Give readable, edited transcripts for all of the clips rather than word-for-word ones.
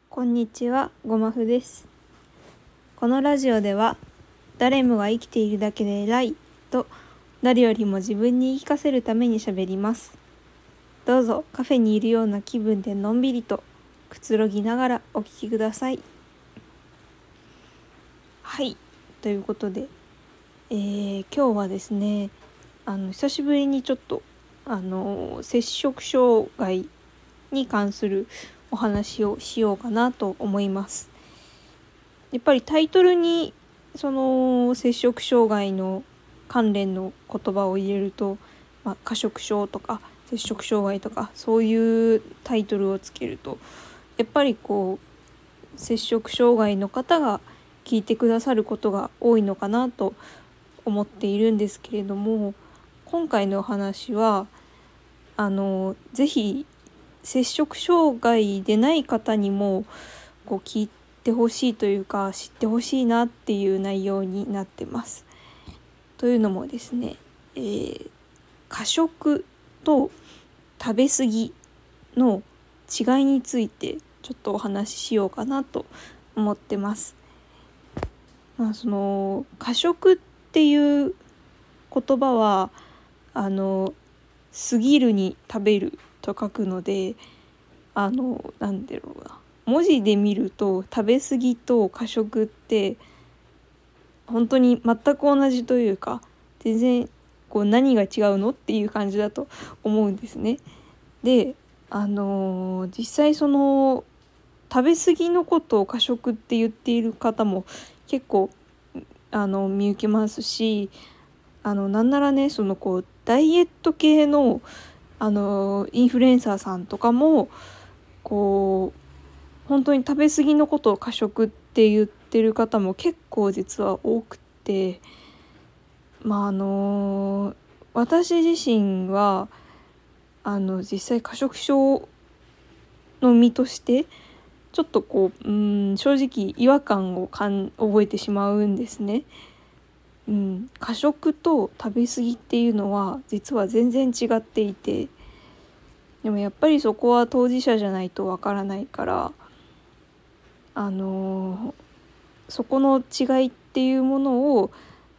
こんにちは、ごまふです。このラジオでは、誰もが生きているだけで偉いと、誰よりも自分に言い聞かせるために喋ります。どうぞカフェにいるような気分でのんびりとくつろぎながらお聞きください。はい、ということで、今日はですね、久しぶりにちょっと摂食障害に関するお話をしようかなと思います。やっぱりタイトルにその摂食障害の関連の言葉を入れると、過食症とか摂食障害とかそういうタイトルをつけるとやっぱり摂食障害の方が聞いてくださることが多いのかなと思っているんですけれども、今回のお話はぜひ摂食障害でない方にも聞いてほしいというか知ってほしいなっていう内容になってます。というのもですね、過食と食べ過ぎの違いについてちょっとお話ししようかなと思ってます。その過食っていう言葉は過ぎるに食べると書くので、なんだろうな、文字で見ると食べ過ぎと過食って本当に全く同じというか、全然何が違うのっていう感じだと思うんですね。で、実際その食べ過ぎのことを過食って言っている方も結構見受けますし、なんならね、そのダイエット系のインフルエンサーさんとかも本当に食べ過ぎのことを過食って言ってる方も結構実は多くて、私自身は実際過食症の身としてちょっと正直違和感を覚えてしまうんですね。過食と食べ過ぎっていうのは実は全然違っていて、でもやっぱりそこは当事者じゃないとわからないから、そこの違いっていうものを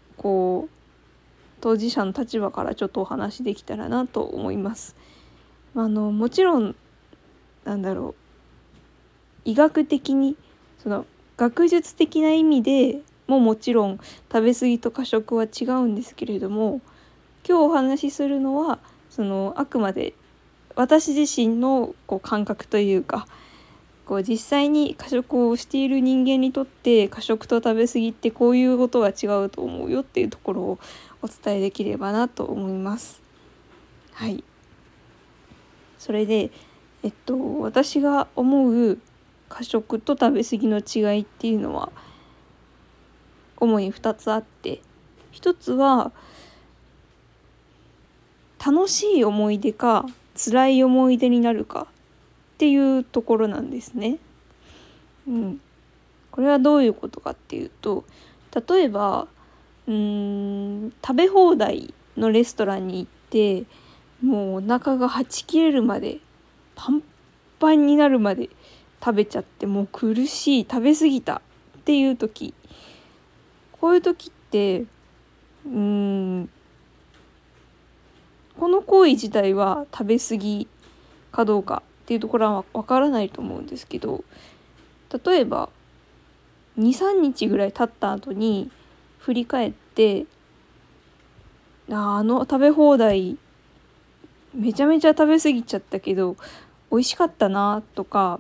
当事者の立場からちょっとお話できたらなと思います。もちろん医学的にその学術的な意味でもちろん食べ過ぎと過食は違うんですけれども、今日お話しするのはあくまで私自身の感覚というか、実際に過食をしている人間にとって過食と食べ過ぎってこういうことが違うと思うよっていうところをお伝えできればなと思います。はい。それで私が思う過食と食べ過ぎの違いっていうのは主に2つあって、1つは楽しい思い出か辛い思い出になるかっていうところなんですね。これはどういうことかっていうと、例えば食べ放題のレストランに行ってもうお腹がはち切れるまでパンパンになるまで食べちゃって、もう苦しい、食べ過ぎたっていう時、こういう時ってこの行為自体は食べ過ぎかどうかっていうところはわからないと思うんですけど、例えば 2,3 日ぐらい経った後に振り返って、あの食べ放題めちゃめちゃ食べ過ぎちゃったけど美味しかったなとか、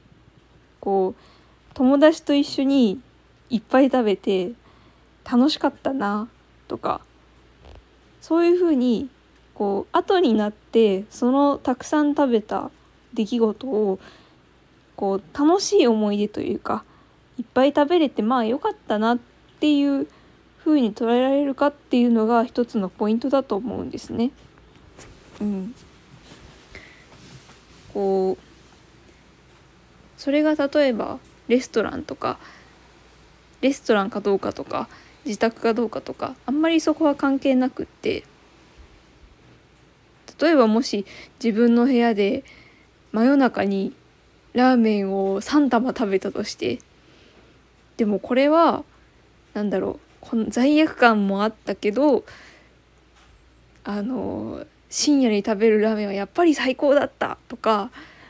友達と一緒にいっぱい食べて楽しかったなとか、そういうふうに後になってそのたくさん食べた出来事を楽しい思い出というか、いっぱい食べれて良かったなっていう風に捉えられるかっていうのが一つのポイントだと思うんですね。それが例えばレストランかどうかとか自宅かどうかとかあんまりそこは関係なくって、例えばもし自分の部屋で真夜中にラーメンを3玉食べたとして、でもこれはこの罪悪感もあったけど、深夜に食べるラーメンはやっぱり最高だったとか、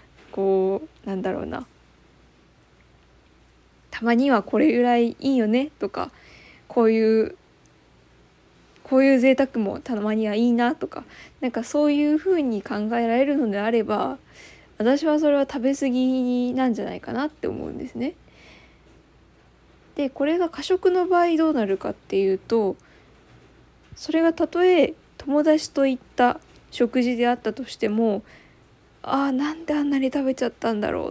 たまにはこれぐらいいいよねとか、こういう贅沢もたまにはいいなとか、そういう風に考えられるのであれば、私はそれは食べ過ぎなんじゃないかなって思うんですね。でこれが過食の場合どうなるかっていうと、それがたとえ友達と行った食事であったとしても、なんであんなに食べちゃったんだろうって、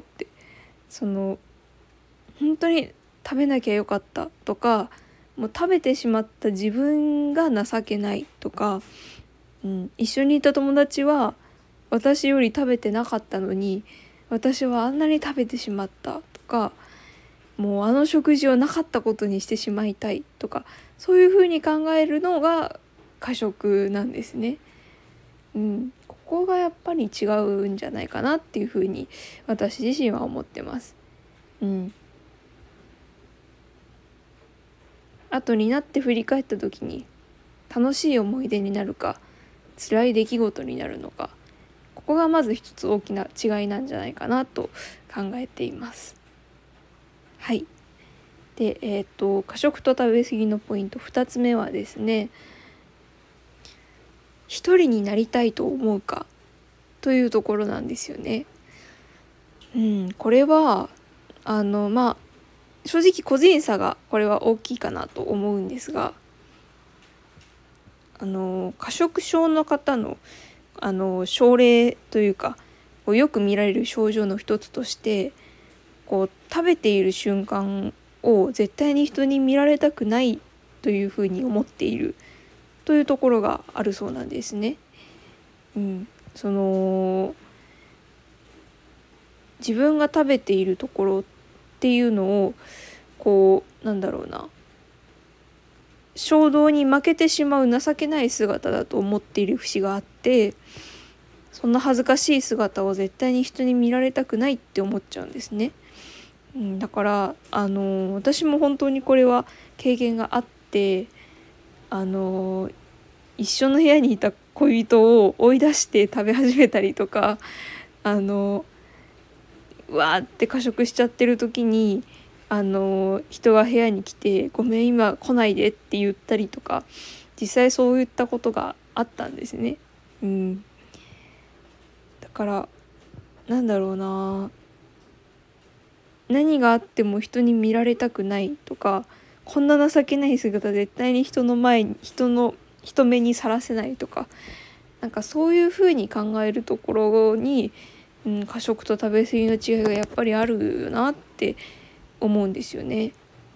本当に食べなきゃよかったとか、もう食べてしまった自分が情けないとか、一緒にいた友達は私より食べてなかったのに私はあんなに食べてしまったとか、もうあの食事をなかったことにしてしまいたいとか、そういうふうに考えるのが過食なんですね。ここがやっぱり違うんじゃないかなっていうふうに私自身は思ってます。後になって振り返った時に楽しい思い出になるか辛い出来事になるのか、ここがまず一つ大きな違いなんじゃないかなと考えています。はい。で、過食と食べ過ぎのポイント2つ目はですね、一人になりたいと思うかというところなんですよね。これは正直個人差がこれは大きいかなと思うんですが、過食症の方の症例というか、よく見られる症状の一つとして、食べている瞬間を絶対に人に見られたくないというふうに思っているというところがあるそうなんですね。自分が食べているところっていうのを衝動に負けてしまう情けない姿だと思っている節があって、そんな恥ずかしい姿を絶対に人に見られたくないって思っちゃうんですね。だから私も本当にこれは経験があって、一緒の部屋にいた恋人を追い出して食べ始めたりとか、うわーって過食しちゃってる時に人が部屋に来てごめん今来ないでって言ったりとか、実際そういったことがあったんですね。だから何があっても人に見られたくないとか、こんな情けない姿絶対に人目にさらせないとか、そういうふうに考えるところに、過食と食べ過ぎの違いがやっぱりあるよなって思うんですよね。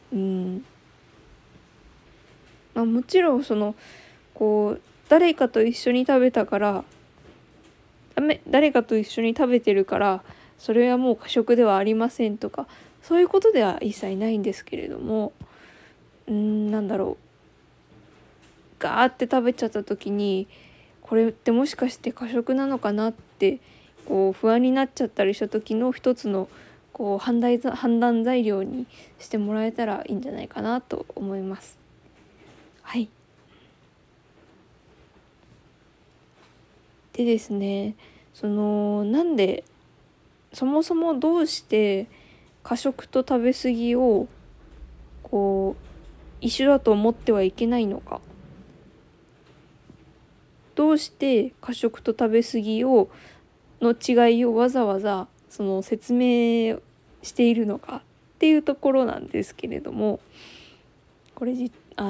もちろん誰かと一緒に食べたから誰かと一緒に食べてるからそれはもう過食ではありませんとか、そういうことでは一切ないんですけれども、ガーって食べちゃった時にこれってもしかして過食なのかなって不安になっちゃったりした時の一つの判断材料にしてもらえたらいいんじゃないかなと思います。はい。でですね、なんでそもそもどうして過食と食べ過ぎを一緒だと思ってはいけないのか、どうして過食と食べ過ぎの違いをわざわざ説明しているのかっていうところなんですけれども、これ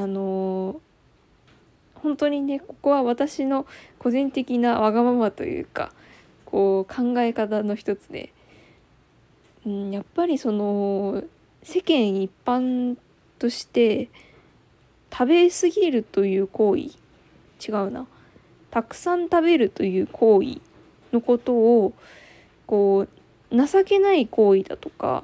本当にね、ここは私の個人的なわがままというか考え方の一つで、やっぱり世間一般として食べ過ぎるという行為、たくさん食べるという行為のことを情けない行為だとか、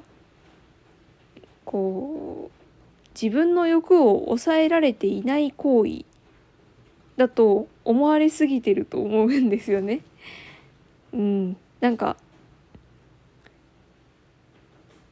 自分の欲を抑えられていない行為だと思われすぎてると思うんですよね。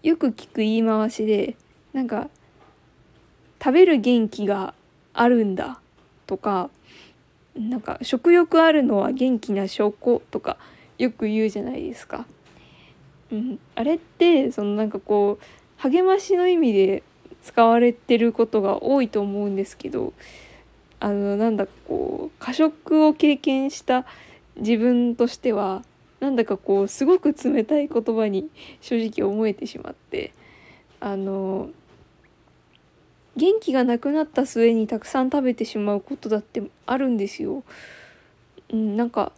よく聞く言い回しで、なんか食べる元気があるんだとか、なんか食欲あるのは元気な証拠とかよく言うじゃないですか。あれってなんかこう励ましの意味で使われてることが多いと思うんですけど、なんだかこう過食を経験した自分としては、なんだかこうすごく冷たい言葉に正直思えてしまって、元気がなくなった末にたくさん食べてしまうことだってあるんですよ。なんか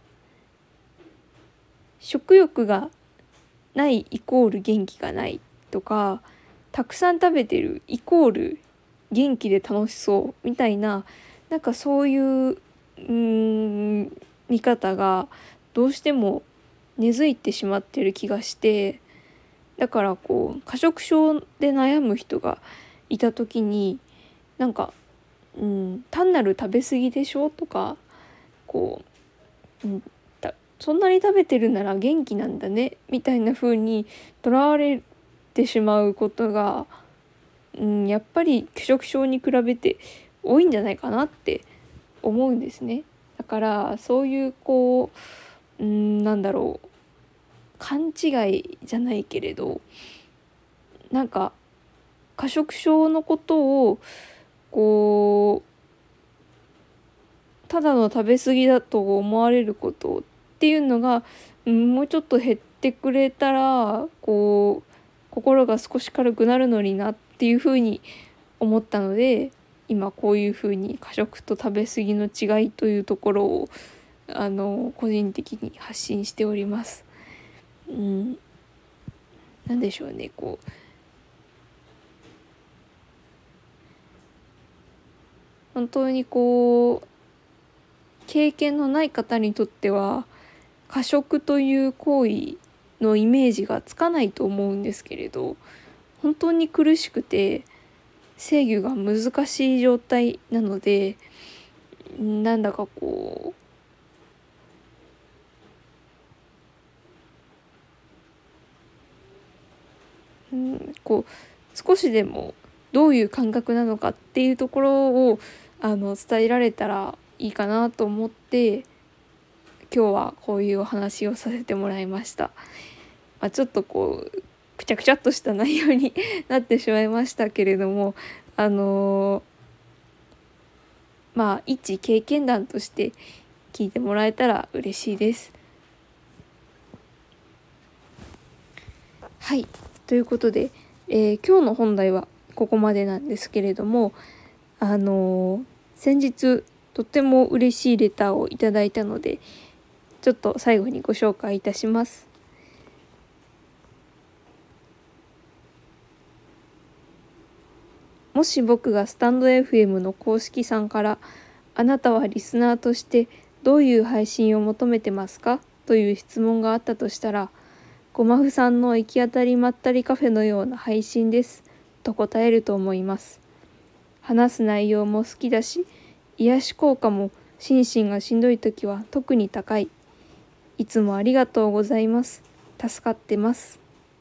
食欲がないイコール元気がないとか、たくさん食べてるイコール元気で楽しそうみたいな、なんかそういう見方がどうしても根付いてしまってる気がして、だからこう過食症で悩む人がいた時に、なんか、単なる食べ過ぎでしょとか、こう、そんなに食べてるなら元気なんだねみたいな風にとらわれてしまうことが、やっぱり拒食症に比べて多いんじゃないかなって思うんですね。だからそういうこう、なんだろう、勘違いじゃないけれど、なんか過食症のことをこうただの食べ過ぎだと思われることっていうのが、もうちょっと減ってくれたらこう心が少し軽くなるのになっていうふうに思ったので、今こういうふうに過食と食べ過ぎの違いというところを個人的に発信しております。なんでしょうね、こう本当にこう経験のない方にとっては過食という行為のイメージがつかないと思うんですけれど、本当に苦しくて制御が難しい状態なので、なんだかこう、こう少しでもどういう感覚なのかっていうところを伝えられたらいいかなと思って、今日はこういうお話をさせてもらいました。ちょっとこうくちゃくちゃっとした内容になってしまいましたけれども、一経験談として聞いてもらえたら嬉しいです。はい、ということで、今日の本題はここまでなんですけれども、先日とっても嬉しいレターをいただいたので、ちょっと最後にご紹介いたします。もし僕がスタンド FM の公式さんからあなたはリスナーとしてどういう配信を求めてますかという質問があったとしたら、ごまふさんの行き当たりまったりカフェのような配信ですと答えると思います。話す内容も好きだし、癒し効果も心身がしんどい時は特に高い。いつもありがとうございます。助かってます。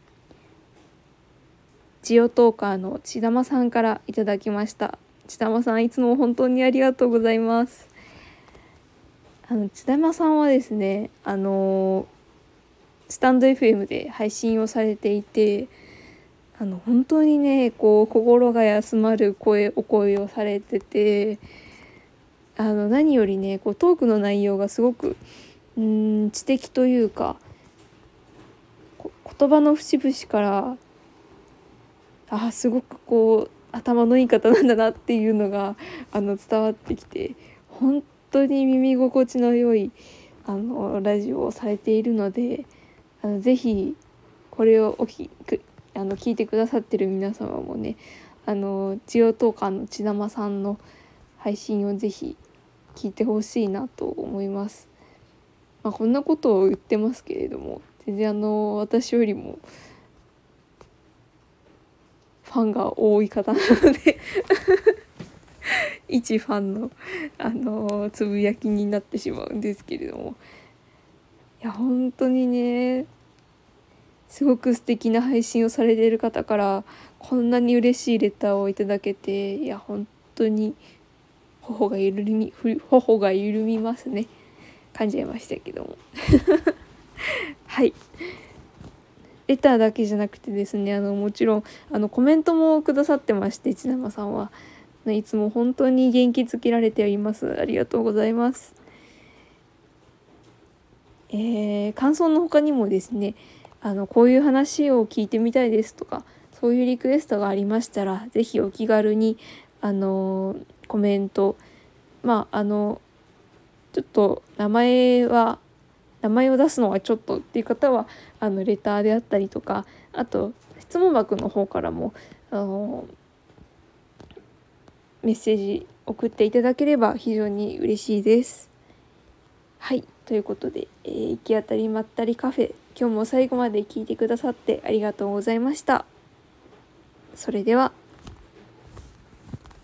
ジオトーカーの千玉さんからいただきました。千玉さん、いつも本当にありがとうございます。千玉さんはですね、スタンド FM で配信をされていて、本当にね、こう心が休まるお声をされてて、何よりね、こうトークの内容がすごく知的というか、言葉の節々からすごくこう頭のいい方なんだなっていうのが伝わってきて、本当に耳心地の良いラジオをされているので、ぜひこれを聞いてくださってる皆様もね、ジオトーカーの千玉さんの配信をぜひ聞いてほしいなと思います。こんなことを言ってますけれども、全然私よりもファンが多い方なので一ファンのつぶやきになってしまうんですけれども、いや本当にね、 すごく素敵な配信をされている方からこんなに嬉しいレターをいただけて、いや本当に頬が緩みますね。感じましたけどもはい、レターだけじゃなくてですね、もちろんコメントもくださってまして、ちなまさんはいつも本当に元気づけられております。ありがとうございます。感想の他にもですね、こういう話を聞いてみたいですとか、そういうリクエストがありましたら、ぜひお気軽にコメント、ちょっと名前を出すのはちょっとっていう方はレターであったりとか、あと質問箱の方からもメッセージ送っていただければ非常に嬉しいです。はい、ということで、行き当たりまったりカフェ、今日も最後まで聞いてくださってありがとうございました。それでは。